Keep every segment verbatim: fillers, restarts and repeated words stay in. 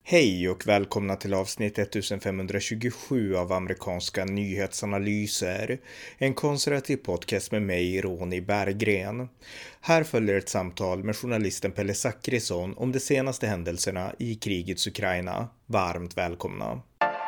Hej och välkomna till avsnitt femtonhundratjugosju av amerikanska nyhetsanalyser. En konservativ podcast med mig, Ronny Berggren. Här följer ett samtal med journalisten Pelle Zackrisson om de senaste händelserna i krigets Ukraina. Varmt välkomna.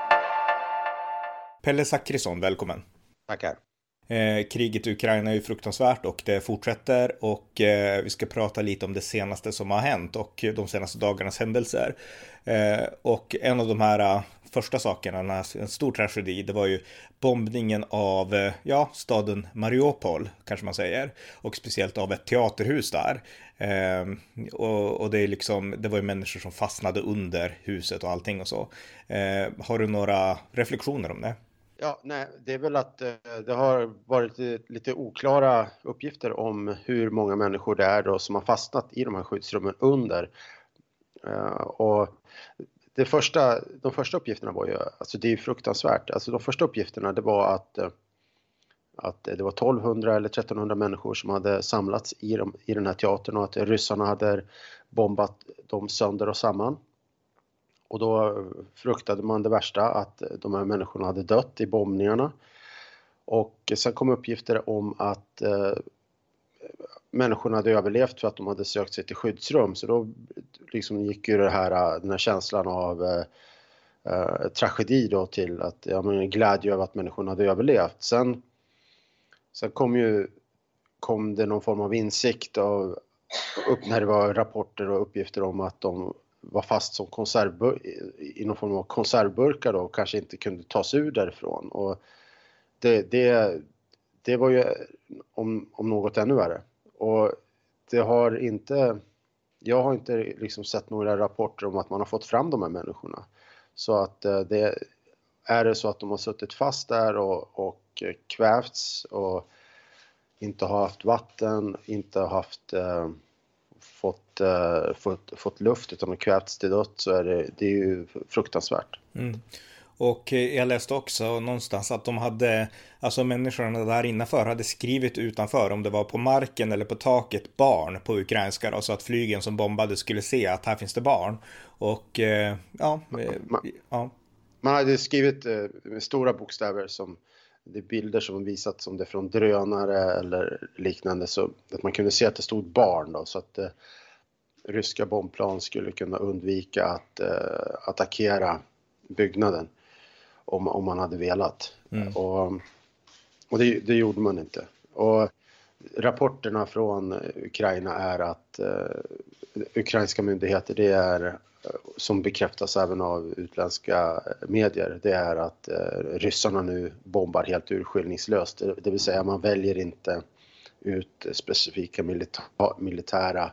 Pelle Zackrisson, välkommen. Tackar. Eh, kriget i Ukraina är ju fruktansvärt och det fortsätter och eh, vi ska prata lite om det senaste som har hänt och de senaste dagarnas händelser. Eh, och en av de här uh, första sakerna, en stor tragedi, det var ju bombningen av uh, ja, staden Mariupol, kanske man säger, och speciellt av ett teaterhus där. Eh, och, och det är liksom, det var ju människor som fastnade under huset och allting och så. Eh, har du några reflektioner om det? Ja, nej, det är väl att eh, det har varit lite, lite oklara uppgifter om hur många människor det är då som har fastnat i de här skyddsrummen under. Eh, och det första, de första uppgifterna var ju, alltså det är ju fruktansvärt. Alltså de första uppgifterna det var att, eh, att det var tolvhundra eller trettonhundra människor som hade samlats i, de, i den här teatern och att ryssarna hade bombat dem sönder och samman. Och då fruktade man det värsta, att de här människorna hade dött i bombningarna. Och sen kom uppgifter om att eh, människorna hade överlevt för att de hade sökt sig till skyddsrum. Så då liksom gick ju det här, den här känslan av eh, eh, tragedi då till att, ja, men glädje över att människorna hade överlevt. Sen, sen kom ju kom det någon form av insikt av, upp när det var rapporter och uppgifter om att de var fast som konservbur- i någon form av konservburkar då och kanske inte kunde ta sig ur därifrån. Och det, det, det var ju om, om något ännu värre. Och det har inte, jag har inte liksom sett några rapporter om att man har fått fram de här människorna. Så att det är det så att de har suttit fast där och, och kvävts och inte har haft vatten, inte har haft eh, fått, uh, fått, fått luft utan har kvävts till dött, så är det, det är ju fruktansvärt. Mm. Och jag läste också någonstans att de hade, alltså människorna där innanför hade skrivit utanför, om det var på marken eller på taket, barn på ukrainska då, så att flygen som bombade skulle se att här finns det barn. Och ja, man, ja. Man hade skrivit med stora bokstäver, som det är bilder som visat som det är från drönare eller liknande, så att man kunde se att det stod barn då, så att eh, ryska bombplan skulle kunna undvika att eh, attackera byggnaden om, om man hade velat. Mm. Och, och det, det gjorde man inte. Och rapporterna från Ukraina är att eh, ukrainska myndigheter, det är, som bekräftas även av utländska medier, det är att eh, ryssarna nu bombar helt urskillningslöst. Det, det vill säga man väljer inte ut specifika milita- militära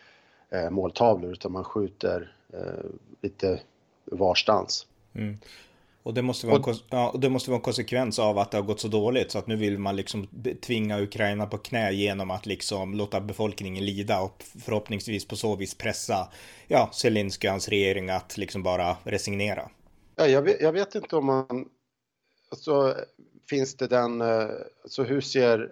eh, måltavlor, utan man skjuter eh, lite varstans. Mm. Och det måste vara en, kons- ja, det måste vara en konsekvens av att det har gått så dåligt, så att nu vill man liksom tvinga Ukraina på knä genom att liksom låta befolkningen lida och förhoppningsvis på så vis pressa ja, Zelenskyj och hans regering att liksom bara resignera. Ja, jag vet, jag vet inte om man, alltså, finns det den, alltså hur ser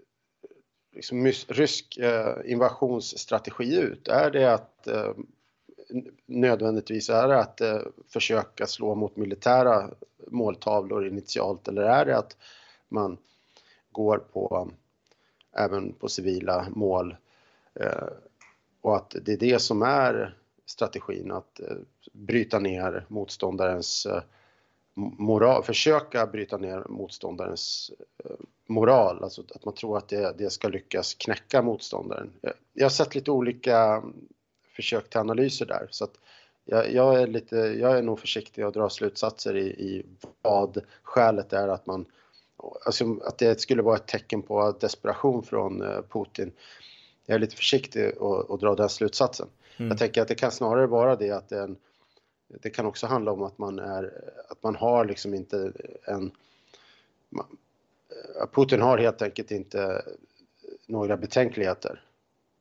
liksom rysk eh, invasionsstrategi ut? Är det att eh, nödvändigtvis är det att eh, försöka slå mot militära måltavlor initialt, eller är det att man går på även på civila mål eh, och att det är det som är strategin, att eh, bryta ner motståndarens eh, moral, försöka bryta ner motståndarens eh, moral, alltså att man tror att det, det ska lyckas knäcka motståndaren. Jag, jag har sett lite olika försök till analyser där, så att jag, jag är lite, jag är nog försiktig att dra slutsatser i, i vad skälet är att man, alltså att det skulle vara ett tecken på desperation från uh, Putin. Jag är lite försiktig att, att dra den slutsatsen. Mm. Jag tänker att det kan snarare vara det att det, är en, det kan också handla om att man är, att man har liksom inte en, man, Putin har helt enkelt inte några betänkligheter.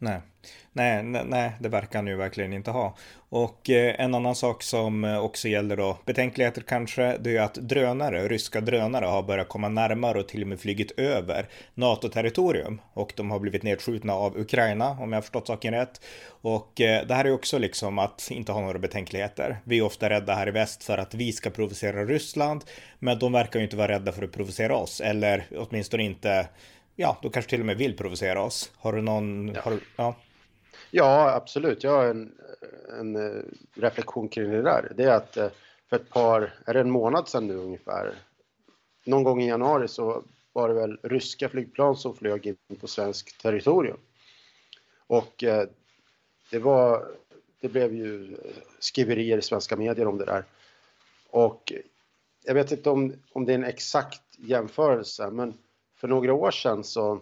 Nej. Nej, nej, nej, det verkar han ju verkligen inte ha. Och eh, en annan sak som eh, också gäller då betänkligheter kanske, det är att drönare, ryska drönare har börjat komma närmare och till och med flygit över NATO-territorium. Och de har blivit nedskjutna av Ukraina, om jag har förstått saken rätt. Och eh, det här är också liksom att inte ha några betänkligheter. Vi är ofta rädda här i väst för att vi ska provocera Ryssland, men de verkar ju inte vara rädda för att provocera oss, eller åtminstone inte, ja, de kanske till och med vill provocera oss. Har du någon, ja. Har du, ja. Ja, absolut. Jag har en, en reflektion kring det där. Det är att för ett par, är det en månad sedan nu ungefär, någon gång i januari så var det väl ryska flygplan som flög in på svensk territorium. Och det var, det blev ju skriverier i svenska medier om det där. Och jag vet inte om, om det är en exakt jämförelse, men för några år sedan så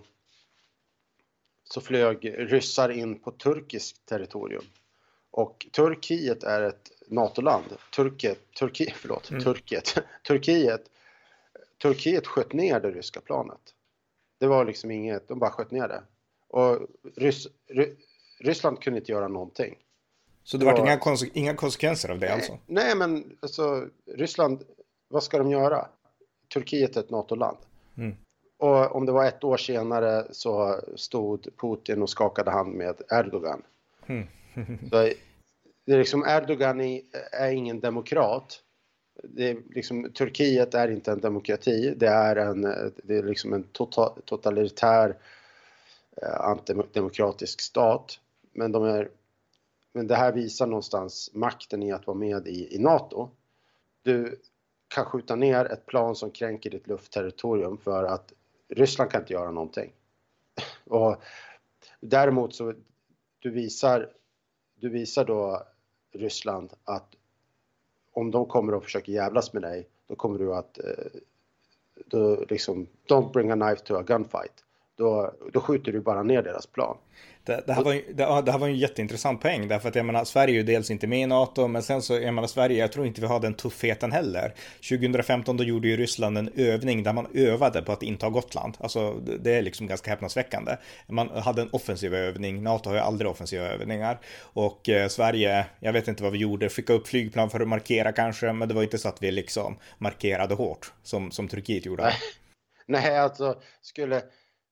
så flög ryssar in på turkiskt territorium. Och Turkiet är ett NATO-land. Turkiet, Turkiet, förlåt, mm. Turkiet, Turkiet, Turkiet sköt ner det ryska planet. Det var liksom inget, de bara sköt ner det. Och Rys, Ry, Ryssland kunde inte göra någonting. Så det, det var inga, konse- inga konsekvenser av det nej, alltså? Nej, men alltså Ryssland, vad ska de göra? Turkiet är ett NATO-land. Mm. Och om det var ett år senare så stod Putin och skakade hand med Erdogan. Mm. Så det är liksom, Erdogan är, är ingen demokrat. Det är liksom, Turkiet är inte en demokrati. Det är, en, det är liksom en tota, totalitär eh, antidemokratisk stat. Men, de är, men det här visar någonstans makten i att vara med i, i NATO. Du kan skjuta ner ett plan som kränker ditt luftterritorium för att Ryssland kan inte göra någonting. Och däremot så du visar, du visar då Ryssland att om de kommer och försöker jävlas med dig, då kommer du att då liksom, don't bring a knife to a gunfight. Då, då skjuter du bara ner deras plan. Det, det, här var ju, det, det här var en jätteintressant poäng, därför att jag menar, Sverige är ju dels inte med i NATO, men sen så, jag menar, Sverige, jag tror inte vi har den tuffheten heller. tjugohundrafemton då gjorde ju Ryssland en övning där man övade på att inta Gotland. Alltså det är liksom ganska häpnadsväckande. Man hade en offensiv övning, NATO har ju aldrig offensiva övningar. Och eh, Sverige, jag vet inte vad vi gjorde, skicka upp flygplan för att markera kanske, men det var inte så att vi liksom markerade hårt som, som Turkiet gjorde. Nej, Nej alltså skulle...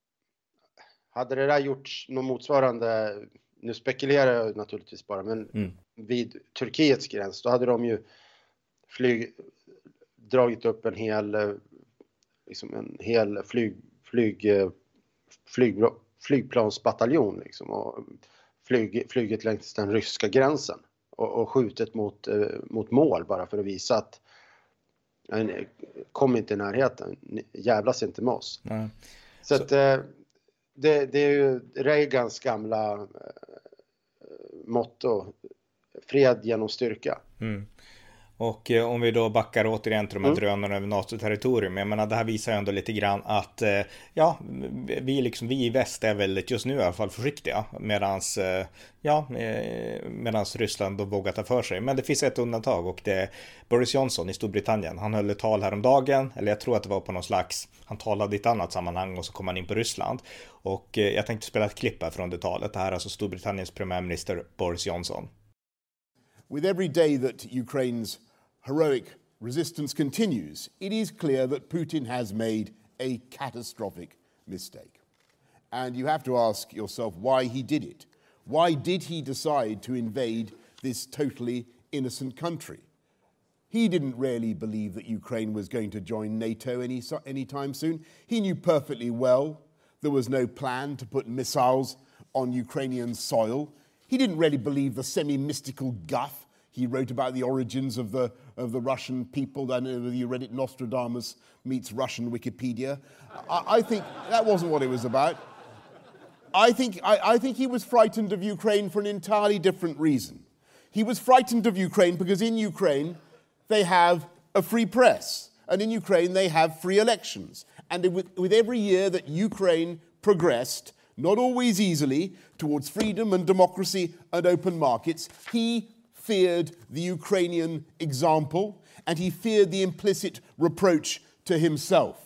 Hade det där gjorts något motsvarande, nu spekulerar jag naturligtvis bara, men mm. vid Turkiets gräns, då hade de ju flyg, dragit upp en hel, liksom en hel flyg, flyg, flyg, flygplansbataljon liksom, och flyg, flyget längs den ryska gränsen och, och skjutit mot, mot mål bara för att visa att kom inte i närheten, jävlas inte med oss. Mm. Så, Så att... Det, det är ju Reagans gamla eh, motto, fred genom styrka. Mm. Och eh, om vi då backar återigen till de här mm. drönarna över NATO-territorium, jag menar det här visar ju ändå lite grann att eh, ja, vi, liksom, vi i väst är väl just nu i alla fall försiktiga, medans, eh, ja, eh, medans Ryssland då vågar ta för sig. Men det finns ett undantag och det är Boris Johnson i Storbritannien. Han höll ett tal häromdagen, eller jag tror att det var på någon slags, han talade i ett annat sammanhang och så kom han in på Ryssland. Och eh, jag tänkte spela ett klipp här från det talet. Det här är alltså Storbritanniens premiärminister Boris Johnson. With every day that Ukraine's heroic resistance continues, it is clear that Putin has made a catastrophic mistake. And you have to ask yourself why he did it. Why did he decide to invade this totally innocent country? He didn't really believe that Ukraine was going to join NATO any anytime soon. He knew perfectly well there was no plan to put missiles on Ukrainian soil. He didn't really believe the semi-mystical guff he wrote about the origins of the of the Russian people. I don't know whether you read it, Nostradamus meets Russian Wikipedia. I, I think that wasn't what it was about. I think I, I think he was frightened of Ukraine for an entirely different reason. He was frightened of Ukraine because in Ukraine they have a free press, and in Ukraine they have free elections. And with, with every year that Ukraine progressed, not always easily, towards freedom and democracy and open markets, he feared the Ukrainian example, and he feared the implicit reproach to himself.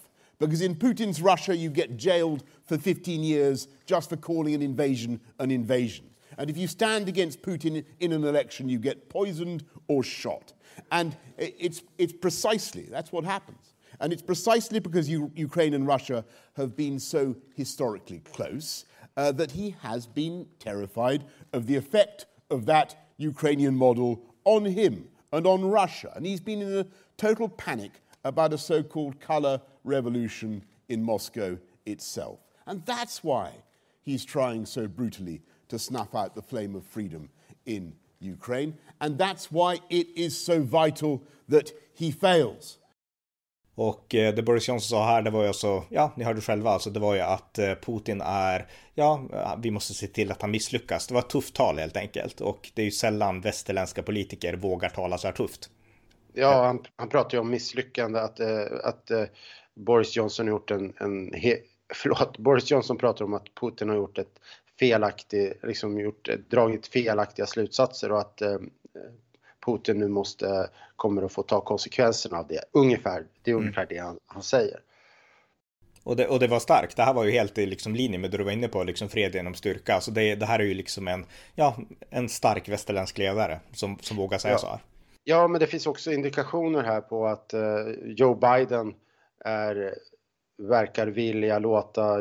Because in Putin's Russia, you get jailed for fifteen years just for calling an invasion an invasion. And if you stand against Putin in an election, you get poisoned or shot. And it's, it's precisely, that's what happens. And it's precisely because you, Ukraine and Russia have been so historically close uh, that he has been terrified of the effect of that Ukrainian model on him and on Russia. And he's been in a total panic about a so-called color revolution in Moscow itself. And that's why he's trying so brutally to snuff out the flame of freedom in Ukraine. And that's why it is so vital that he fails. Och eh, det Boris Johnson sa här, det var ju så, ja, ni hörde själva, alltså det var ju att eh, Putin är, ja, vi måste se till att han misslyckas. Det var ett tufft tal helt enkelt, och det är ju sällan västerländska politiker vågar tala så här tufft. Ja, han, han pratar ju om misslyckande, att, eh, att eh, Boris Johnson har gjort en, en he, förlåt, Boris Johnson pratar om att Putin har gjort ett felaktigt, liksom gjort, dragit felaktiga slutsatser, och att eh, Putin nu måste, kommer att få ta konsekvenserna av det. Ungefär, det är ungefär mm. det han, han säger. Och det, och det var starkt. Det här var ju helt i liksom linje med det du var inne på, liksom fred genom styrka. Så det, det här är ju liksom en, ja, en stark västerländsk ledare som, som vågar säga ja. så här. Ja, men det finns också indikationer här på att uh, Joe Biden är, verkar vilja låta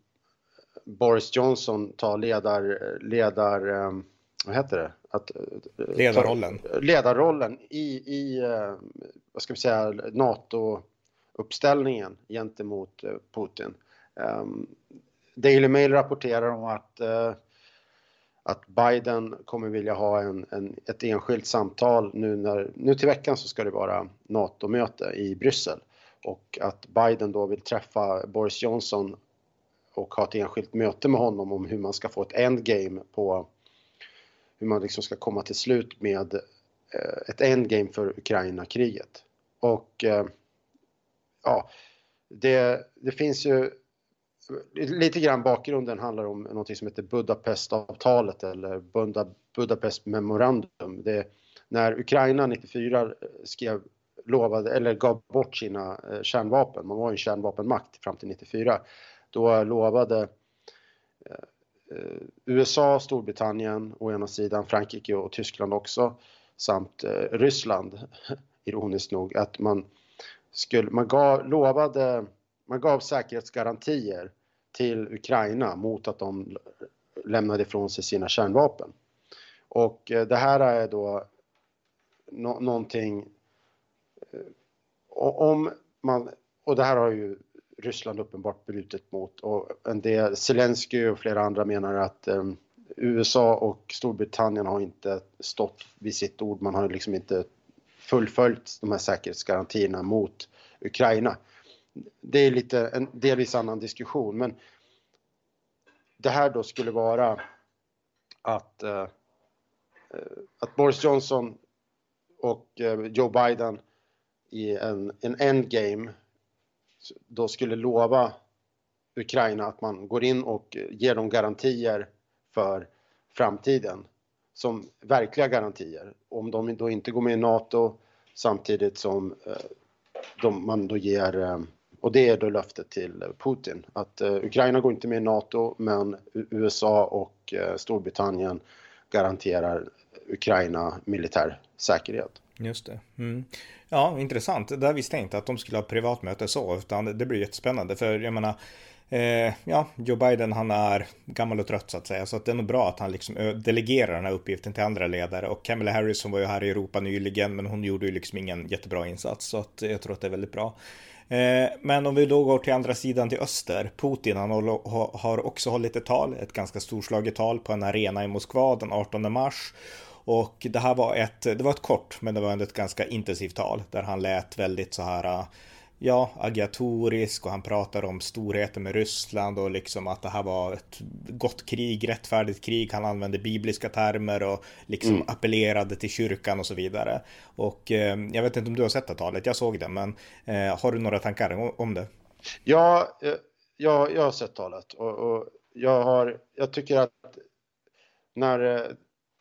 Boris Johnson ta ledar, ledar um, vad heter det? Att, ledarrollen. Ledarrollen i, i uh, vad ska vi säga, NATO-uppställningen gentemot uh, Putin. Um, Daily Mail rapporterar om att, uh, att Biden kommer vilja ha en, en, ett enskilt samtal nu, när, nu till veckan så ska det vara NATO-möte i Bryssel. Och att Biden då vill träffa Boris Johnson och ha ett enskilt möte med honom om hur man ska få ett endgame på hur man liksom ska komma till slut med eh, ett endgame för Ukraina-kriget. Och eh, ja, det, det finns ju lite grann, bakgrunden handlar om något som heter Budapest-avtalet eller Budapest-memorandum. Det, när Ukraina nittiofyra skrev, lovade eller gav bort sina eh, kärnvapen, man var ju en kärnvapenmakt fram till nittiofyra, då lovade eh, U S A, Storbritannien å ena sidan, Frankrike och Tyskland också, samt eh, Ryssland, ironiskt nog, att man skulle, man gav, lovade, man gav säkerhetsgarantier till Ukraina mot att de lämnade ifrån sig sina kärnvapen. Och eh, det här är då no, någonting eh, om man, och det här har ju Ryssland uppenbart brutit mot, och en del, Zelensky och flera andra menar att um, U S A och Storbritannien har inte stått vid sitt ord, man har liksom inte fullföljt de här säkerhetsgarantierna mot Ukraina. Det är lite en delvis annan diskussion, men det här då skulle vara att, uh, att Boris Johnson och uh, Joe Biden i en, en endgame då skulle lova Ukraina att man går in och ger dem garantier för framtiden, som verkliga garantier. Om de då inte går med i NATO, samtidigt som eh, de, man då ger, eh, och det är då löftet till Putin, att eh, Ukraina går inte med i NATO, men U S A och eh, Storbritannien garanterar Ukraina militär säkerhet. Just det. Mm. Ja, intressant. Det där visste jag inte att de skulle ha privatmöte så, utan det blir jättespännande, för jag menar, eh, ja, Joe Biden, han är gammal och trött så att säga, så att det är nog bra att han liksom delegerar den här uppgiften till andra ledare, och Kamala Harris, som var ju här i Europa nyligen, men hon gjorde ju liksom ingen jättebra insats, så att jag tror att det är väldigt bra. Eh, men om vi då går till andra sidan, till öster, Putin, han har, har också hållit ett tal, ett ganska storslaget tal på en arena i Moskva den artonde mars. Och det här var ett, det var ett kort, men det var ändå ett ganska intensivt tal där han lät väldigt så här, ja, agiatorisk, och han pratar om storheten med Ryssland och liksom att det här var ett gott krig, rättfärdigt krig. Han använde bibliska termer och liksom mm. appellerade till kyrkan och så vidare. Och eh, jag vet inte om du har sett det talet, jag såg det, men eh, har du några tankar om, om det? Ja, jag, jag har sett talet, och, och jag, har, jag tycker att när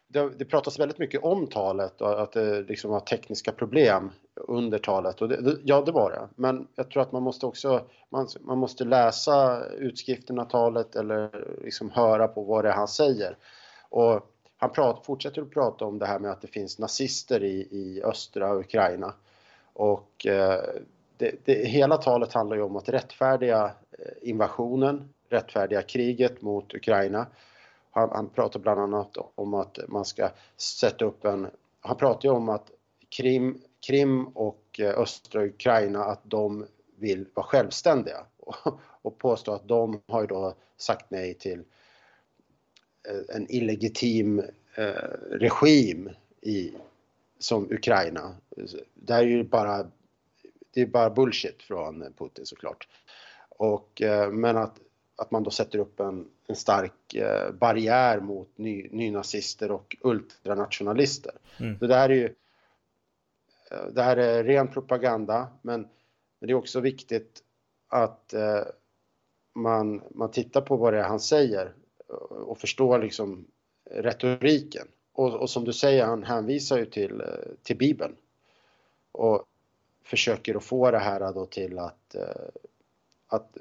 det, det pratas väldigt mycket om talet och att det liksom var tekniska problem under talet. Och det, det, ja, det var det. Men jag tror att man måste också man, man måste läsa utskriften av talet eller liksom höra på vad det är han säger. Och han prat, fortsätter att prata om det här med att det finns nazister i, i östra Ukraina. Och eh, det, det, hela talet handlar ju om att rättfärdiga invasionen, rättfärdiga kriget mot Ukraina. Han, han pratar bland annat om att man ska sätta upp en... Han pratar ju om att Krim, Krim och östra Ukraina, att de vill vara självständiga. Och, och påstår att de har ju då sagt nej till en illegitim eh, regim i, som Ukraina. Det är ju bara, det är bara bullshit från Putin såklart. Och, eh, men att, att man då sätter upp en, en stark eh, barriär mot ny, nynazister och ultranationalister. Mm. Det där är ju det här är ren propaganda, men, men det är också viktigt att eh, man, man tittar på vad det är han säger och förstår liksom retoriken. Och, och som du säger, han hänvisar ju till, till Bibeln och försöker att få det här då till att, att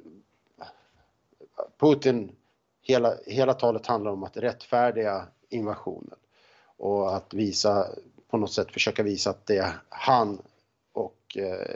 Putin, hela, hela talet handlar om att rättfärdiga invasionen och att visa, på något sätt försöka visa att det är han och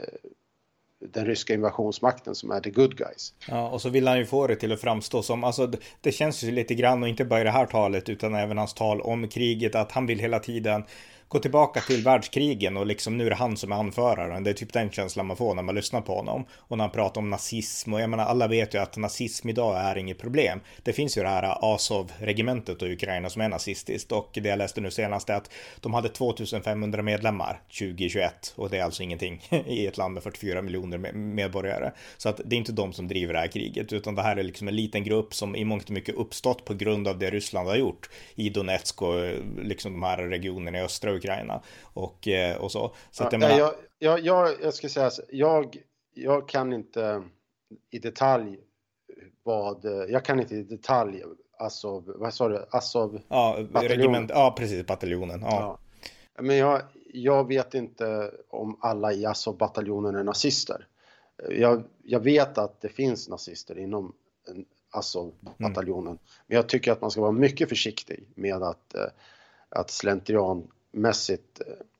den ryska invasionsmakten som är the good guys. Ja, och så vill han ju få det till att framstå som, alltså det, det känns ju lite grann, och inte bara i det här talet utan även hans tal om kriget, att han vill hela tiden gå tillbaka till världskrigen och liksom nu är det han som är anföraren. Det är typ den känslan man får när man lyssnar på honom. Och när han pratar om nazism, och jag menar alla vet ju att nazism idag är inget problem. Det finns ju det här Azov-regementet i Ukraina som är nazistiskt, och det jag läste nu senast är att de hade tvåtusenfemhundra medlemmar tjugohundratjugoett, och det är alltså ingenting i ett land med fyrtiofyra miljoner medborgare. Så att det är inte de som driver det här kriget, utan det här är liksom en liten grupp som i mångt och mycket uppstått på grund av det Ryssland har gjort i Donetsk och liksom de här regionerna i östra Ukraina och, och så. Så att jag, menar... jag, jag, jag, jag ska säga, jag, jag kan inte i detalj vad, jag kan inte i detalj Azov, vad sa du, Azov ja, regiment, ja precis, bataljonen. Ja. Ja. Men jag, jag vet inte om alla i Azov-bataljonen är nazister. Jag, jag vet att det finns nazister inom Azov-bataljonen. Mm. Men jag tycker att man ska vara mycket försiktig med att, att slentrian mässigt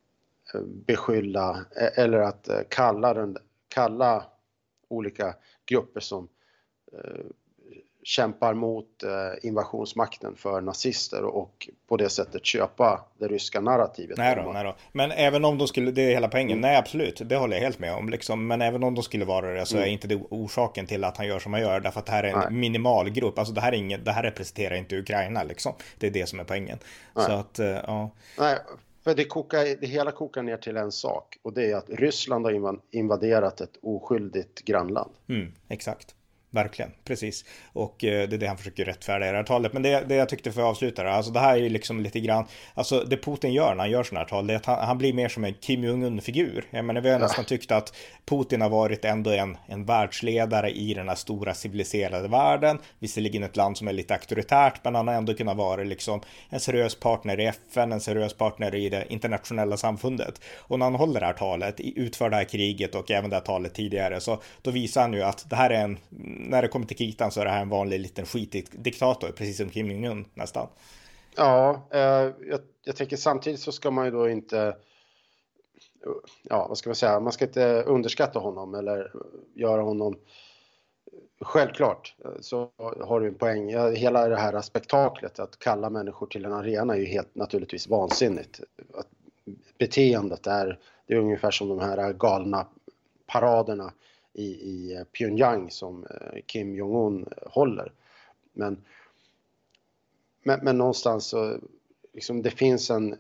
beskylla eller att kalla, den, kalla olika grupper som eh, kämpar mot eh, invasionsmakten för nazister och på det sättet köpa det ryska narrativet. Nej då, nej då. Men även om de skulle, det är hela poängen, mm. nej absolut, det håller jag helt med om liksom. Men även om de skulle vara det så mm. är inte det orsaken till att han gör som han gör, därför att det här är en nej. minimal grupp, alltså det här är ingen, det här representerar inte Ukraina liksom, det är det som är poängen. Nej. Så att, uh, ja. Nej, för det, kokar, det hela kokar ner till en sak, och det är att Ryssland har invaderat ett oskyldigt grannland. Mm, exakt. Verkligen, precis. Och eh, det är det han försöker rättfärdiga i det här talet. Men det, det jag tyckte för att avsluta det, alltså det här är ju liksom lite grann, alltså det Putin gör när han gör sådana här tal, det är att han, han blir mer som en Kim Jong-un-figur. Jag menar, vi har ja. nästan tyckt att Putin har varit ändå en, en världsledare i den här stora civiliserade världen. Visserligen ett land som är lite auktoritärt, men han har ändå kunnat vara liksom en seriös partner i F N, en seriös partner i det internationella samfundet. Och när han håller det här talet, utför det här kriget och även det här talet tidigare, så då visar han ju att det här är en, när det kommer till kritan så är det här en vanlig liten skitdiktator, precis som Kim Jong-un nästan. Ja, eh, jag, jag tänker samtidigt så ska man ju då inte, ja vad ska man säga, man ska inte underskatta honom eller göra honom, självklart så har du en poäng. Ja, hela det här spektaklet, att kalla människor till en arena är ju helt naturligtvis vansinnigt. Att beteendet är, det är ungefär som de här galna paraderna i, i Pyongyang som Kim Jong-un håller. Men, men, men någonstans så liksom det finns en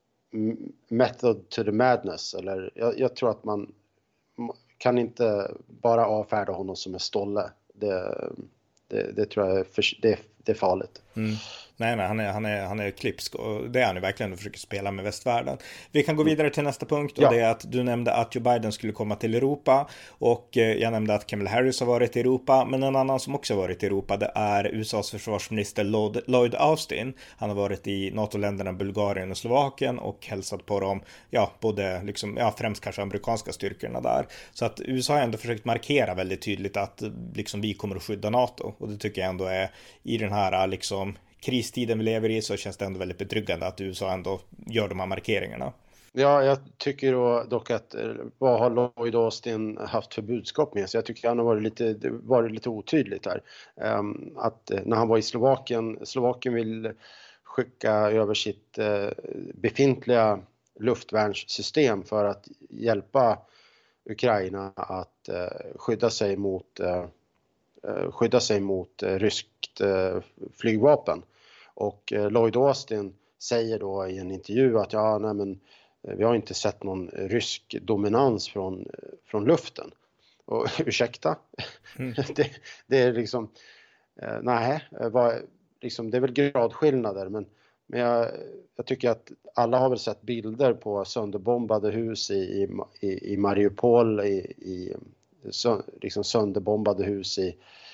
method to the madness. Eller jag, jag tror att man kan inte bara avfärda honom som en stolle. Det, det, det tror jag är för, det är det är farligt. Mm. Nej, nej, han är, han är, han är klipsk och det är han ju verkligen och försöker spela med västvärlden. Vi kan gå vidare till nästa punkt och ja. Det är att du nämnde att Joe Biden skulle komma till Europa och jag nämnde att Kamala Harris har varit i Europa, men en annan som också har varit i Europa, det är U S A:s försvarsminister Lloyd Austin. Han har varit i NATO-länderna Bulgarien och Slovakien och hälsat på dem, ja, både liksom, ja, främst kanske amerikanska styrkorna där. Så att U S A har ändå försökt markera väldigt tydligt att liksom vi kommer att skydda NATO och det tycker jag ändå är i den här liksom kristiden vi lever i, så känns det ändå väldigt betryggande att U S A ändå gör de här markeringarna. Ja, jag tycker då, dock att vad har Lloyd Austin haft för budskap med sig? Jag tycker han har varit lite, varit lite otydligt där. Um, att när han var i Slovakien, Slovakien vill skicka över sitt uh, befintliga luftvärnssystem för att hjälpa Ukraina att uh, skydda sig mot uh, skydda sig mot uh, ryskt uh, flygvapen. Och uh, Lloyd Austin säger då i en intervju att ja, nej men vi har inte sett någon rysk dominans från, från luften. Och ursäkta, mm. det, det är liksom, eh, nej, var, liksom, det är väl gradskillnader, men, men jag, jag tycker att alla har väl sett bilder på sönderbombade hus i, i, i Mariupol, i, i sö, liksom sönderbombade hus i,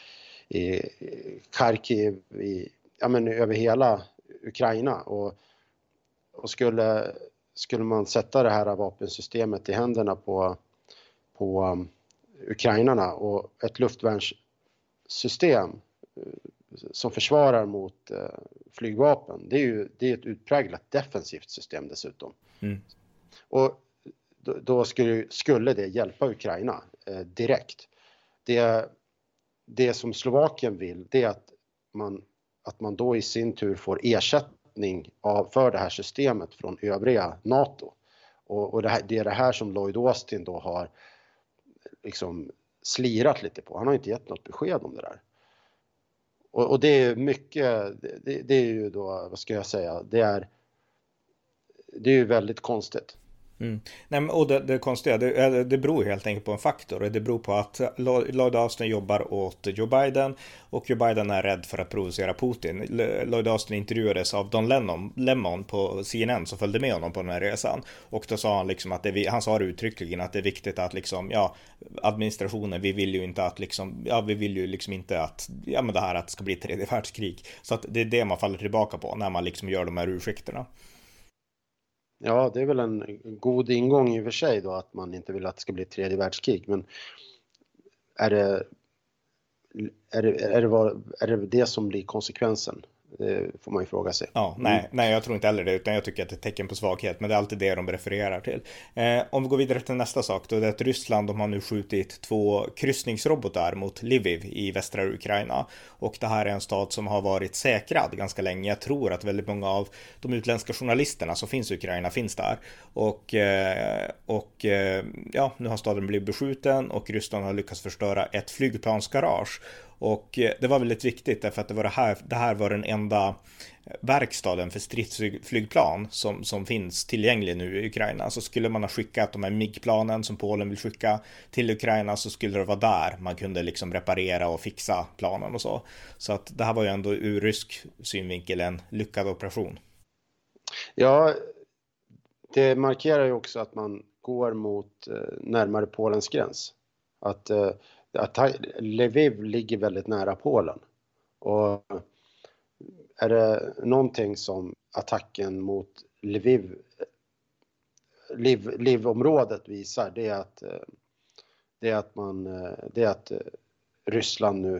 i Kharkiv, i, ja, men över hela Ukraina. Och, och skulle... Skulle man sätta det här vapensystemet i händerna på, på um, ukrainarna och ett luftvärnssystem uh, som försvarar mot uh, flygvapen, det är ju det är ett utpräglat defensivt system dessutom. Mm. Och då, då skulle, skulle det hjälpa Ukraina uh, direkt. Det, det som Slovakien vill, det är att man, att man då i sin tur får ersätta Av, för det här systemet från övriga NATO. Och, och det, här, det är det här som Lloyd Austin då har liksom slirat lite på. Han har inte gett något besked om det där. Och, och det är mycket, det, det är ju då, vad ska jag säga, det är, det är ju väldigt konstigt. Mm. Nej, men, och det, det konstiga, det, det beror helt enkelt på en faktor. Det beror på att Lloyd Austin jobbar åt Joe Biden och Joe Biden är rädd för att provocera Putin. Lloyd Austin intervjuades av Don Lemon, Lemon på C N N som följde med honom på den här resan. Och då sa han liksom att det, han sa det uttryckligen att det är viktigt att liksom, ja, administrationen, vi vill ju inte att liksom, ja, vi vill ju liksom inte att, ja, men det här att det ska bli ett tredje världskrig. Så att det är det man faller tillbaka på när man liksom gör de här ursäkterna. Ja, det är väl en god ingång i och för sig då, att man inte vill att det ska bli ett tredje världskrig. Men är det, är det, är det, vad, är det det som blir konsekvensen? Det får man ju fråga sig. Ja, nej, mm. nej, jag tror inte heller det, utan jag tycker att det är ett tecken på svaghet, men det är alltid det de refererar till. Eh, om vi går vidare till nästa sak, då är det att Ryssland, de har nu skjutit två kryssningsrobotar mot Lviv i västra Ukraina. Och det här är en stad som har varit säkrad ganska länge. Jag tror att väldigt många av de utländska journalisterna som finns i Ukraina finns där. Och, eh, och eh, ja, nu har staden blivit beskjuten och Ryssland har lyckats förstöra ett flygplansgarage. Och det var väldigt viktigt därför att det var det här, det här var den enda verkstaden för stridsflygplan som, som finns tillgänglig nu i Ukraina. Så skulle man ha skickat de här M I G-planen som Polen vill skicka till Ukraina, så skulle det vara där man kunde liksom reparera och fixa planen och så. Så att det här var ju ändå ur rysk synvinkel en lyckad operation. Ja, det markerar ju också att man går mot närmare Polens gräns. Att att Lviv ligger väldigt nära Polen. Och är det någonting som attacken mot Lviv, Liv, Lviv-området visar, det är att det är att man det är att Ryssland nu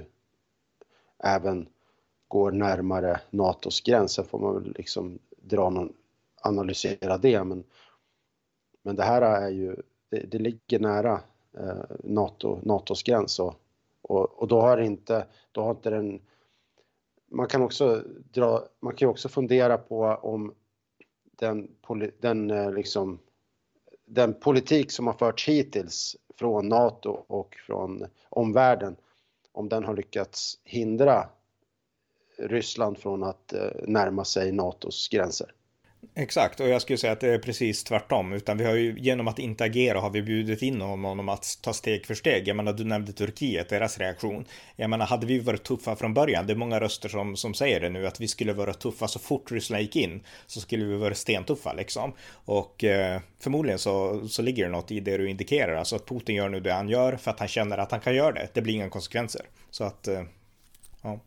även går närmare NATOs gränser. Får man väl liksom dra någon, analysera det, men men det här är ju det, det ligger nära NATO, NATOs gräns och, och, och då har inte, då har inte den, man kan också dra, man kan ju också fundera på om den, den liksom den politik som har förts hittills från NATO och från omvärlden, om den har lyckats hindra Ryssland från att närma sig NATOs gränser. Exakt, och jag skulle säga att det är precis tvärtom, utan vi har ju genom att inte agera har vi bjudit in honom att ta steg för steg. Jag menar, du nämnde Turkiet, deras reaktion. Jag menar, hade vi varit tuffa från början, det är många röster som, som säger det nu, att vi skulle vara tuffa så fort Ryssland gick in, så skulle vi vara stentuffa liksom. Och eh, förmodligen så, så ligger det något i det du indikerar, alltså att Putin gör nu det han gör för att han känner att han kan göra det. Det blir inga konsekvenser. Så att, eh, ja.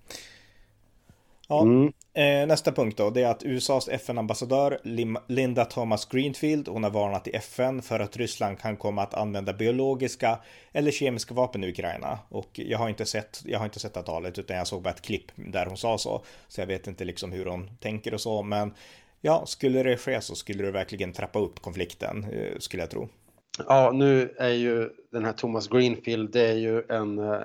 Ja, Mm. eh, nästa punkt då, det är att U S A:s F N-ambassadör Linda Thomas Greenfield, hon har varnat i F N för att Ryssland kan komma att använda biologiska eller kemiska vapen i Ukraina. Och jag har inte sett, jag har inte sett det talet, utan jag såg bara ett klipp där hon sa så. Så jag vet inte liksom hur hon tänker och så, men ja, skulle det ske så skulle det verkligen trappa upp konflikten, eh, skulle jag tro. Ja, nu är ju den här Thomas Greenfield, det är ju en... Eh...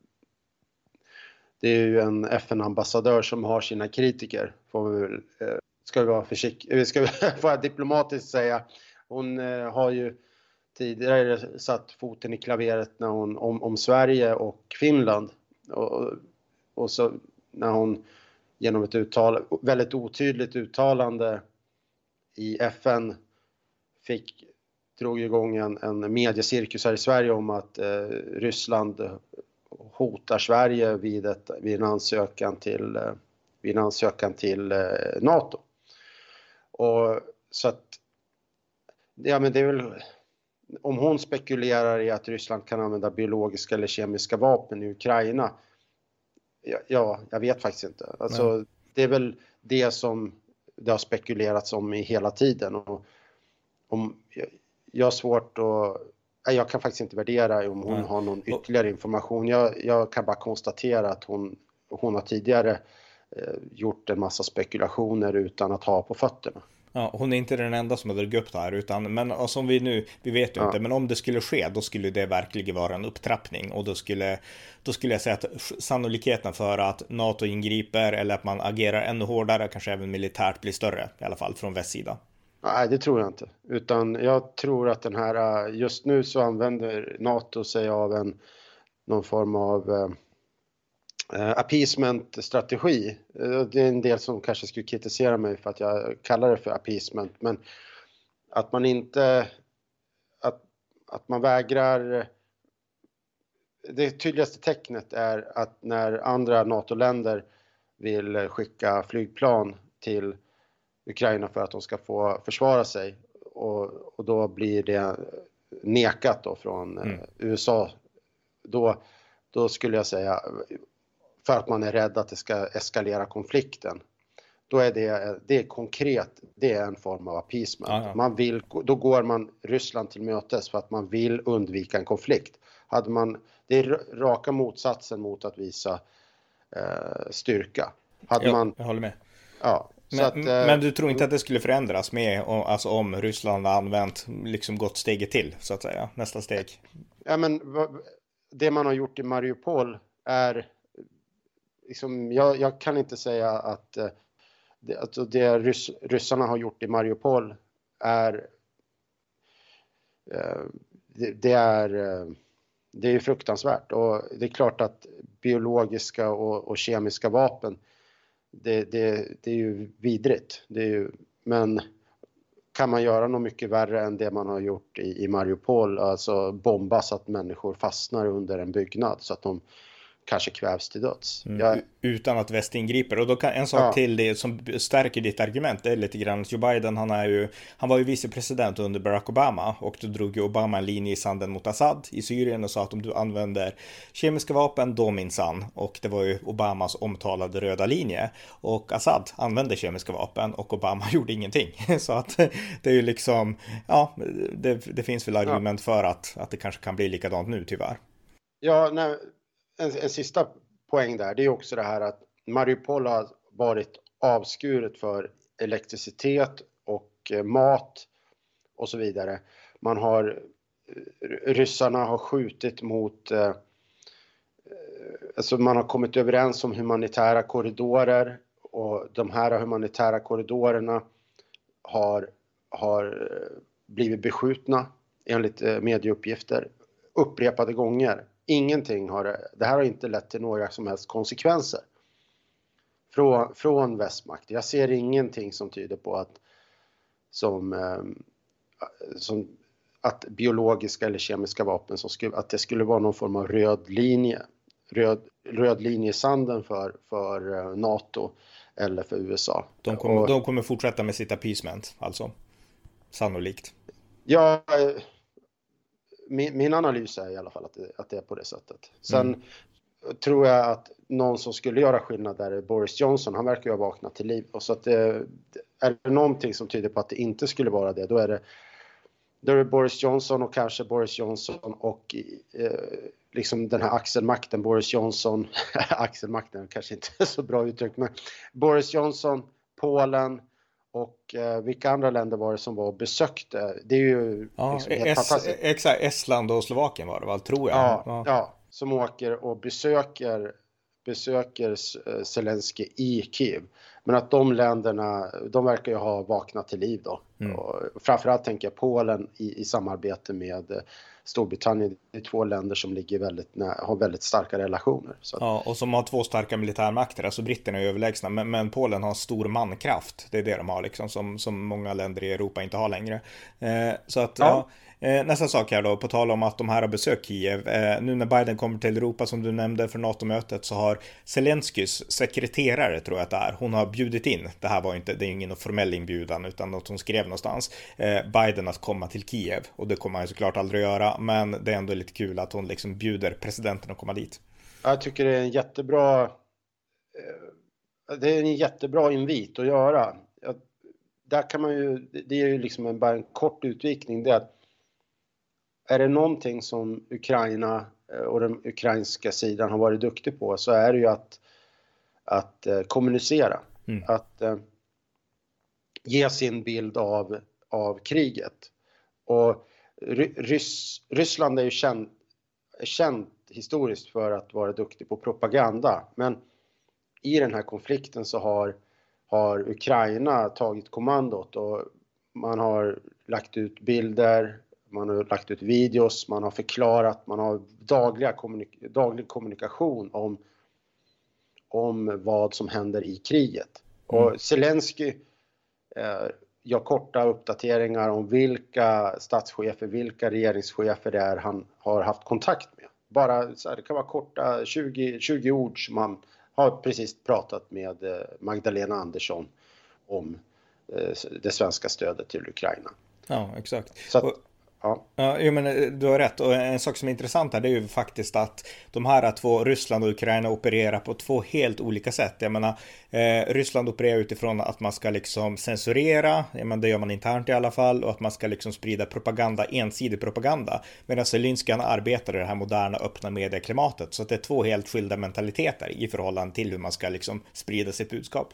Det är ju en F N-ambassadör som har sina kritiker, får vi väl, eh, ska vi vara försiktiga, ska vi vara diplomatiskt säga. Hon eh, har ju tidigare satt foten i klaveret när hon, om, om Sverige och Finland. Och, och så när hon genom ett uttal, väldigt otydligt uttalande i F N fick, drog igång en, en mediecirkus här i Sverige om att eh, Ryssland hotar Sverige vid, ett, vid en ansökan till, vid en ansökan till eh, NATO. Och så att, ja men det är väl, om hon spekulerar i att Ryssland kan använda biologiska eller kemiska vapen i Ukraina, ja, ja jag vet faktiskt inte. Alltså Nej. Det är väl det som det har spekulerats om i hela tiden. Och om, jag har svårt att, jag kan faktiskt inte värdera om hon Nej. har någon ytterligare information. Jag, jag kan bara konstatera att hon, hon har tidigare eh, gjort en massa spekulationer utan att ha på fötterna. Ja, hon är inte den enda som har dragit upp det här, utan, men som vi nu, vi vet ju ja. inte, men om det skulle ske, då skulle det verkligen vara en upptrappning, och då skulle, då skulle jag säga att sannolikheten för att NATO ingriper eller att man agerar ännu hårdare, kanske även militärt, blir större, i alla fall från västsidan. Nej, det tror jag inte. Utan jag tror att den här, just nu så använder NATO sig av en, någon form av eh, appeasement-strategi. Det är en del som kanske skulle kritisera mig för att jag kallar det för appeasement. Men att man inte, att, att man vägrar, det tydligaste tecknet är att när andra NATO-länder vill skicka flygplan till Ukraina för att de ska få försvara sig, och, och då blir det nekat då från mm. U S A, då, då skulle jag säga, för att man är rädd att det ska eskalera konflikten, då är det, det är konkret, det är en form av appeasement. Aha. Man vill, då går man Ryssland till mötes för att man vill undvika en konflikt. Hade man, det är raka motsatsen mot att visa eh, styrka. Hade jag, man, jag håller med. Ja. Men, att, men du tror inte att det skulle förändras med, alltså om Ryssland har använt, liksom gått steget till, så att säga, nästa steg? Ja, men det man har gjort i Mariupol är, liksom, jag, jag kan inte säga att det, alltså det ryss, ryssarna har gjort i Mariupol är, det, det är, det är fruktansvärt, och det är klart att biologiska och, och kemiska vapen, Det, det, det är ju vidrigt. Det är ju, men kan man göra något mycket värre än det man har gjort i, i Mariupol? Alltså bomba så att människor fastnar under en byggnad så att de kanske kvävs till döds. Mm. Jag... Utan att väst ingriper. Och då kan en sak ja. till det som stärker ditt argument, det är lite grann att Joe Biden, han är ju, han var ju vicepresident under Barack Obama, och då drog ju Obama en linje i sanden mot Assad i Syrien och sa att om du använder kemiska vapen, då minsann. Och det var ju Obamas omtalade röda linje, och Assad använde kemiska vapen och Obama gjorde ingenting. Så att det är ju liksom, ja, det, det finns väl argument ja. för att, att det kanske kan bli likadant nu, tyvärr. Ja, nej. En, en sista poäng där, det är också det här att Mariupol har varit avskuret för elektricitet och eh, mat och så vidare. Man har, ryssarna har skjutit mot, eh, alltså man har kommit överens om humanitära korridorer, och de här humanitära korridorerna har, har blivit beskjutna enligt eh, medieuppgifter upprepade gånger. Ingenting har, det här har inte lett till några som helst konsekvenser från, från västmakt. Jag ser ingenting som tyder på att, som, eh, som att biologiska eller kemiska vapen som skulle, att det skulle vara någon form av röd linje, röd, röd linje i sanden för, för eh, NATO eller för U S A. De kommer, och, de kommer fortsätta med sitt appeasement, alltså sannolikt. Ja, min, min analys är i alla fall att det, att det är på det sättet. Sen mm. tror jag att någon som skulle göra skillnad där är Boris Johnson. Han verkar ju ha vaknat till liv. Och så att det, är det någonting som tyder på att det inte skulle vara det, då är det, då är det Boris Johnson och kanske Boris Johnson och eh, liksom den här axelmakten, Boris Johnson, axelmakten kanske inte är så bra uttryck, men Boris Johnson, Polen och eh, vilka andra länder var det som var och besökte? Det är ju ja, liksom helt es, fantastiskt. Exakt, Estland och Slovakien var det väl, tror jag. Ja, ja. ja, som åker och besöker besöker Zelensky i Kiev. Men att de länderna, de verkar ju ha vaknat till liv då. Mm. Och framförallt tänker jag Polen i, i samarbete med Storbritannien. Det är två länder som ligger väldigt nä- har väldigt starka relationer. Så. Ja, och som har två starka militärmakter. Alltså britterna är överlägsna, men, men Polen har stor mankraft. Det är det de har liksom, som, som många länder i Europa inte har längre. Eh, så att, ja. ja Eh, nästa sak här då, på tal om att de här har besökt Kiev. Eh, nu när Biden kommer till Europa, som du nämnde, för NATO-mötet, så har Zelenskys sekreterare, tror jag att det är, hon har bjudit in, det här var inte, det är ingen formell inbjudan utan något hon skrev någonstans, eh, Biden att komma till Kiev. Och det kommer han ju såklart aldrig göra, men det är ändå lite kul att hon liksom bjuder presidenten att komma dit. Jag tycker det är en jättebra eh, det är en jättebra invit att göra. Jag, där kan man ju, det är ju liksom en, bara en kort utvikning, det är att är det någonting som Ukraina och den ukrainska sidan har varit duktig på, så är det ju att, att eh, kommunicera. Mm. Att eh, ge sin bild av, av kriget. Och Rys, Ryssland är ju känd, är känt historiskt för att vara duktig på propaganda. Men i den här konflikten så har, har Ukraina tagit kommandot och man har lagt ut bilder, man har lagt ut videos, man har förklarat, man har dagliga kommunik- daglig kommunikation om, om vad som händer i kriget. Mm. Och Zelensky eh, gör korta uppdateringar om vilka statschefer, vilka regeringschefer det är han har haft kontakt med. Bara så här, det kan vara korta tjugo, tjugo ord som man har precis pratat med Magdalena Andersson om eh, det svenska stödet till Ukraina. Ja, exakt. Så att, och... Ja. Ja, jag menar, du har rätt. Och en sak som är intressant här, det är ju faktiskt att de här två, Ryssland och Ukraina, opererar på två helt olika sätt. Jag menar, eh, Ryssland opererar utifrån att man ska liksom censurera, jag menar, det gör man internt i alla fall, och att man ska liksom sprida propaganda, ensidig propaganda. Medan Zelensky arbetar i det här moderna öppna medieklimatet. Så att det är två helt skilda mentaliteter i förhållande till hur man ska liksom sprida sitt budskap.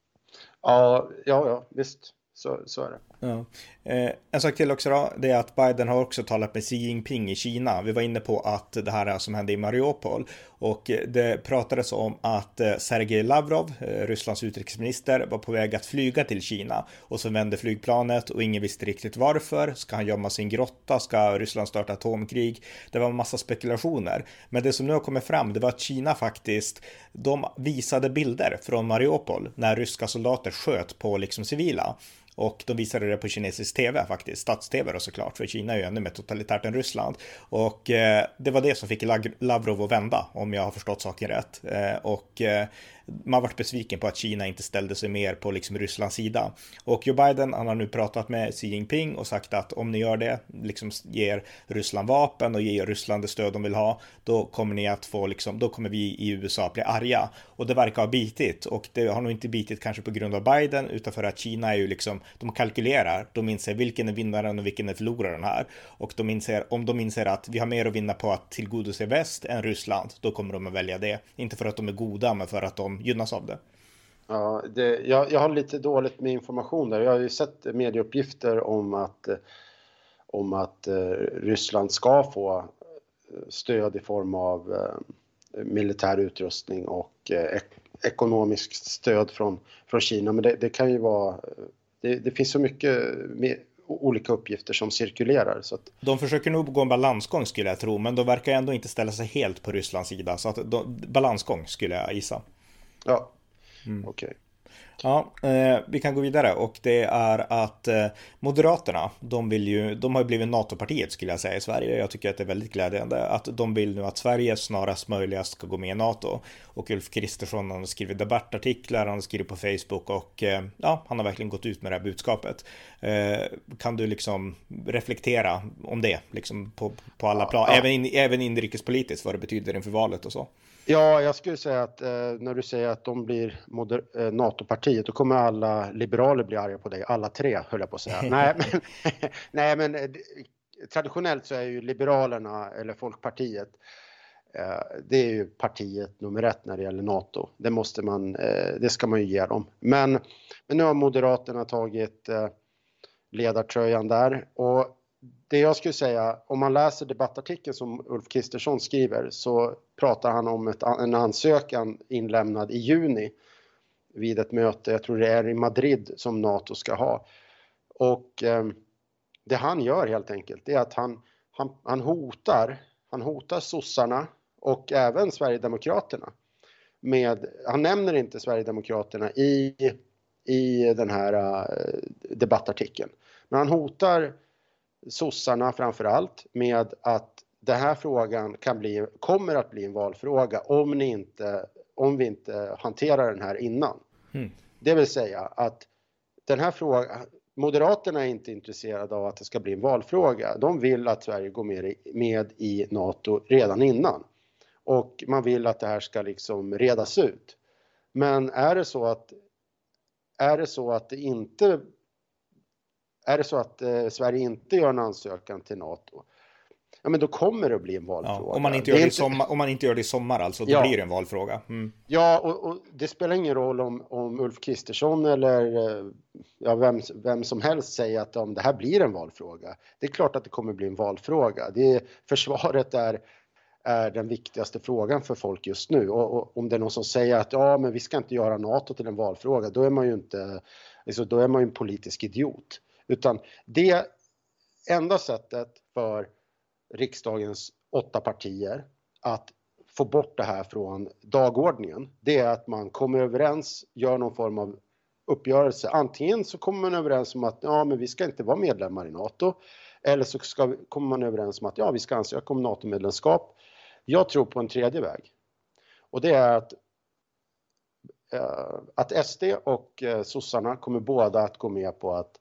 Ja, ja, ja visst. Så, så är det. Ja. Eh, en sak till också då, det är att Biden har också talat med Xi Jinping i Kina. Vi var inne på att det här är som hände i Mariupol, och det pratades om att Sergej Lavrov, Rysslands utrikesminister, var på väg att flyga till Kina, och så vände flygplanet och ingen visste riktigt varför. Ska han gömma sin grotta? Ska Ryssland starta atomkrig? Det var en massa spekulationer. Men det som nu har kommit fram, det var att Kina faktiskt, de visade bilder från Mariupol när ryska soldater sköt på liksom civila. Och de visade det på kinesisk tv faktiskt, stats-tv då såklart, för Kina är ju ännu mer totalitärt än Ryssland. Och eh, det var det som fick Lavrov att vända, om jag har förstått saken rätt. Eh, och eh, man varit besviken på att Kina inte ställde sig mer på liksom Rysslands sida. Och Joe Biden, han har nu pratat med Xi Jinping och sagt att om ni gör det, liksom ger Ryssland vapen och ger Ryssland det stöd de vill ha, då kommer ni att få liksom, då kommer vi i U S A bli arga. Och det verkar ha bitit, och det har nog inte bitit kanske på grund av Biden, utan för att Kina är ju liksom, de kalkylerar, de inser vilken är vinnaren och vilken är förloraren här. Och de inser, om de inser att vi har mer att vinna på att tillgodose väst än Ryssland, då kommer de att välja det. Inte för att de är goda, men för att de gynnas av det. Ja, det, jag, jag har lite dåligt med information där. Jag har ju sett medieuppgifter om att, om att uh, Ryssland ska få stöd i form av uh, militär utrustning och uh, ek- ekonomiskt stöd från, från Kina. Men det, det kan ju vara... Det, det finns så mycket med olika uppgifter som cirkulerar. Så att... De försöker nog gå en balansgång skulle jag tro, men de verkar ändå inte ställa sig helt på Rysslands sida. Så att de, balansgång skulle jag gissa. Ja, mm. okej. Okay. Ja, eh, vi kan gå vidare och det är att eh, Moderaterna, de vill ju, de har ju blivit NATO-partiet skulle jag säga i Sverige. Jag tycker att det är väldigt glädjande att de vill nu att Sverige snarast möjligast ska gå med i NATO. Och Ulf Kristersson, han har skrivit debattartiklar, han har skrivit på Facebook och eh, ja, han har verkligen gått ut med det här budskapet. Eh, kan du liksom reflektera om det liksom på, på alla plan, ja, ja. Även, in, även inrikespolitiskt, vad det betyder inför valet och så? Ja, jag skulle säga att eh, när du säger att de blir moder- eh, NATO-partiet, då kommer alla liberaler bli arga på dig. Alla tre, höll jag på att säga. nej, men, nej, men eh, traditionellt så är ju Liberalerna eller Folkpartiet, eh, det är ju partiet nummer ett när det gäller NATO. Det måste man, eh, det ska man ju ge dem. Men, men nu har Moderaterna tagit eh, ledartröjan där, och det jag skulle säga, om man läser debattartikeln som Ulf Kristersson skriver, så pratar han om ett, en ansökan inlämnad i juni vid ett möte, jag tror det är i Madrid, som NATO ska ha. Och eh, det han gör helt enkelt är att han, han, han hotar, han hotar sossarna och även Sverigedemokraterna. Med, han nämner inte Sverigedemokraterna i, i den här uh, debattartikeln, men han hotar sossarna framförallt med att den här frågan kan bli, kommer att bli en valfråga om, ni inte, om vi inte hanterar den här innan. Mm. Det vill säga att den här frågan, Moderaterna är inte intresserade av att det ska bli en valfråga. De vill att Sverige går med, med i NATO redan innan. Och man vill att det här ska liksom redas ut. Men är det så att, är det så att det inte Är det så att eh, Sverige inte gör en ansökan till NATO, ja, men då kommer det att bli en valfråga. Ja, om, man inte gör det inte... sommar, om man inte gör det i sommar alltså, då ja. blir det en valfråga. Mm. Ja, och, och det spelar ingen roll om, om Ulf Kristersson eller ja, vem, vem som helst säger att om det här blir en valfråga. Det är klart att det kommer bli en valfråga. Det är, försvaret är, är den viktigaste frågan för folk just nu. Och, och om det är någon som säger att ja, men vi ska inte göra NATO till en valfråga, då är man ju inte, alltså, då är man ju en politisk idiot. Utan det enda sättet för riksdagens åtta partier att få bort det här från dagordningen, det är att man kommer överens, gör någon form av uppgörelse. Antingen så kommer man överens om att ja, men vi ska inte vara medlemmar i NATO, eller så ska, kommer man överens om att ja, vi ska ansöka om NATO-medlemskap. Jag tror på en tredje väg, och det är att att S D och sossarna kommer båda att gå med på att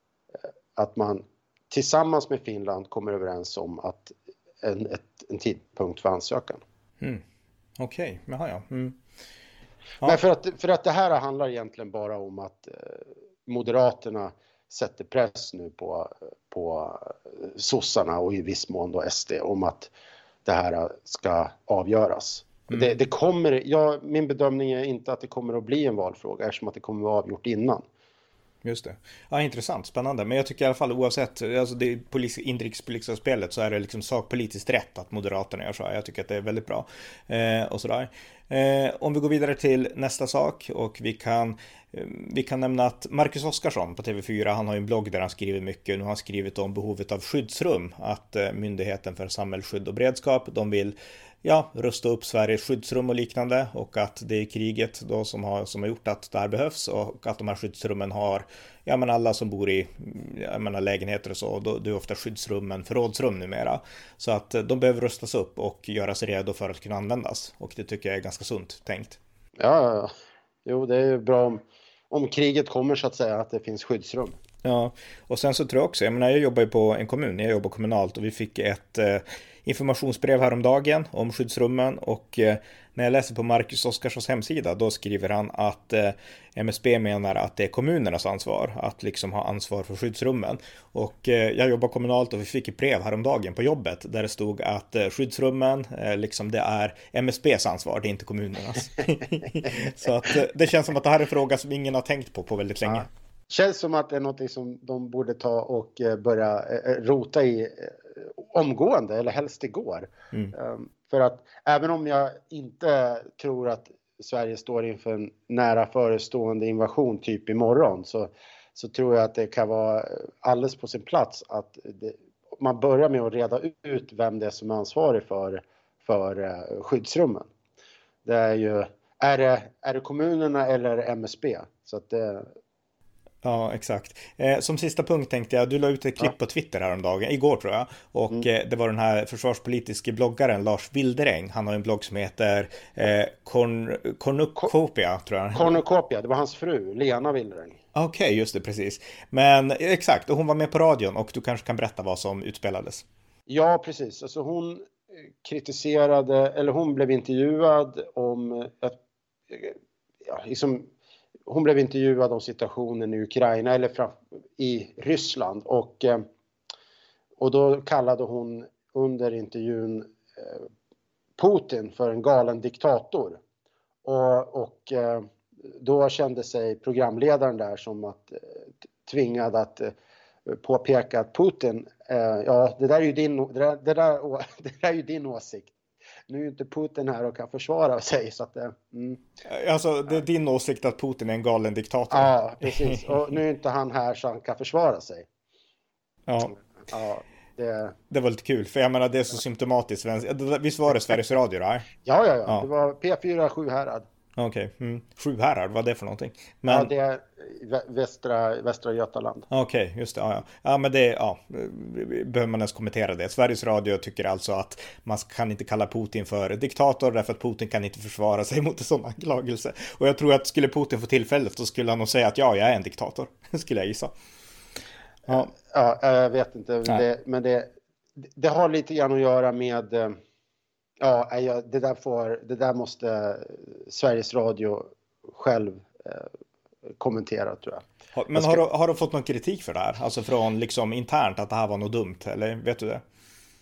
att man tillsammans med Finland kommer överens om att en, ett, en tidpunkt för ansökan. Mm. Okej, okay. ja. Mm. ja. Men för att, för att det här handlar egentligen bara om att eh, Moderaterna sätter press nu på, på sossarna och i viss mån då S D om att det här ska avgöras. Mm. Det, det kommer, ja, min bedömning är inte att det kommer att bli en valfråga eftersom att det kommer att vara avgjort innan. Just det. Ja, intressant, spännande. Men jag tycker i alla fall oavsett, alltså det inrikespolitiska spelet, så är det liksom sakpolitiskt rätt att Moderaterna gör så. Jag tycker att det är väldigt bra. Eh, och sådär. Eh, om vi går vidare till nästa sak, och vi kan eh, vi kan nämna att Marcus Oskarsson på T V fyra, han har ju en blogg där han skriver mycket. Nu har han skrivit om behovet av skyddsrum, att eh, Myndigheten för samhällsskydd och beredskap, de vill ja, rusta upp Sveriges skyddsrum och liknande, och att det är kriget då som har, som har gjort att det här behövs, och att de här skyddsrummen har, ja men alla som bor i jag menar, lägenheter och så, då, det är ofta skyddsrummen förrådsrum numera, så att de behöver rustas upp och göras redo för att kunna användas, och det tycker jag är ganska sunt tänkt. Ja, ja. Jo, det är bra om, om kriget kommer så att säga, att det finns skyddsrum. Ja, och sen så tror jag också, jag menar jag jobbar ju på en kommun, jag jobbar kommunalt, och vi fick ett eh, informationsbrev häromdagen om skyddsrummen, och eh, när jag läser på Marcus Oskarssons hemsida, då skriver han att eh, M S B menar att det är kommunernas ansvar att liksom ha ansvar för skyddsrummen, och eh, jag jobbar kommunalt och vi fick ett brev häromdagen på jobbet där det stod att eh, skyddsrummen eh, liksom det är M S B:s ansvar, det är inte kommunernas. Så att eh, det känns som att det här är en fråga som ingen har tänkt på på väldigt länge. Ja. Känns som att det är något som de borde ta och börja rota i omgående, eller helst igår. Mm. För att även om jag inte tror att Sverige står inför en nära förestående invasion typ imorgon, så, så tror jag att det kan vara alldeles på sin plats att det, man börjar med att reda ut vem det är som är ansvarig för, för skyddsrummen. Det är ju är det, är det kommunerna eller M S B? Så att det... Ja, exakt. Eh, som sista punkt tänkte jag, du la ut ett klipp ja. på Twitter häromdagen, igår tror jag. Och mm. eh, det var den här försvarspolitiska bloggaren Lars Wilderäng. Han har en blogg som heter eh, Korn- Kornukopia, tror jag. Kornukopia, det var hans fru, Lena Wilderäng. Okej, okay, just det, precis. Men exakt, och hon var med på radion och du kanske kan berätta vad som utspelades. Ja, precis. Alltså hon kritiserade, eller hon blev intervjuad om, ja, liksom, hon blev intervjuad om situationen i Ukraina eller fram, i Ryssland och, och då kallade hon under intervjun Putin för en galen diktator. Och, och då kände sig programledaren där som att tvingad att påpeka att Putin, ja det där är ju din, det där, det där, det där är ju din åsikt. Nu är ju inte Putin här och kan försvara sig så att mm. Alltså det är din åsikt att Putin är en galen diktator. Ja, precis. Och nu är inte han här så han kan försvara sig. Ja. Ja, det... det var lite kul, för jag menar det är så symptomatiskt. Visst var det Sveriges Radio där? Ja, ja, ja, ja. Det var P fyra Sjuhärad. Okej, okay. mm. Sjuhärad, vad är det för någonting? Men... Ja, det är västra, västra Götaland. Okej, okay, just det. Ja, ja. ja, men det, ja, behöver man ens kommentera det. Sveriges Radio tycker alltså att man kan inte kalla Putin för diktator därför att Putin kan inte försvara sig mot en sån anklagelse. Och jag tror att skulle Putin få tillfället så skulle han nog säga att ja, jag är en diktator. skulle jag gissa. Ja, ja jag vet inte. Det, men det, det har lite grann att göra med... Ja, det där, får, det där måste Sveriges Radio själv eh, kommentera, tror jag. Men jag ska... har, du, har du fått någon kritik för det här? Alltså från liksom internt att det här var något dumt, eller vet du det?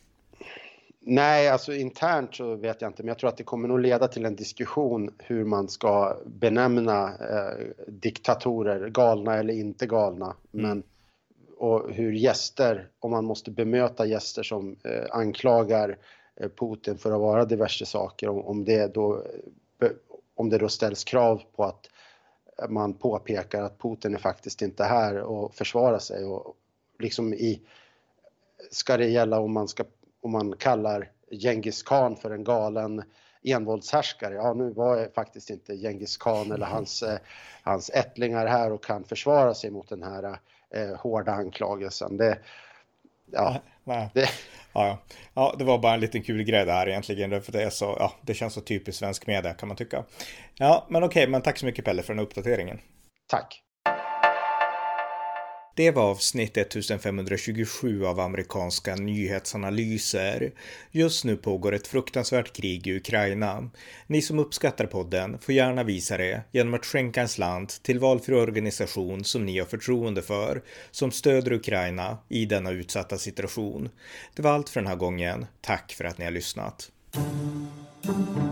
Nej, alltså internt så vet jag inte. Men jag tror att det kommer nog leda till en diskussion hur man ska benämna eh, diktatorer, galna eller inte galna. Mm. Men, och hur gäster, om man måste bemöta gäster som eh, anklagar Putin för att vara diverse saker, om, om, det då, om det då ställs krav på att man påpekar att Putin är faktiskt inte här och försvarar sig, och liksom i, ska det gälla om man, ska, om man kallar Genghis Khan för en galen envåldshärskare. Ja, nu var faktiskt inte Genghis Khan eller hans, eh, hans ättlingar här och kan försvara sig mot den här eh, hårda anklagelsen. Det, ja, nej. Det... Ja, ja. ja, det var bara en liten kul grej där egentligen, för det är så, ja, det känns så typiskt svensk media kan man tycka. Ja, men okej, men tack så mycket Pelle för den uppdateringen. Tack. Det var avsnitt femtonhundratjugosju av amerikanska nyhetsanalyser. Just nu pågår ett fruktansvärt krig i Ukraina. Ni som uppskattar podden får gärna visa det genom att skänka en slant till valfri organisation som ni har förtroende för, som stöder Ukraina i denna utsatta situation. Det var allt för den här gången. Tack för att ni har lyssnat.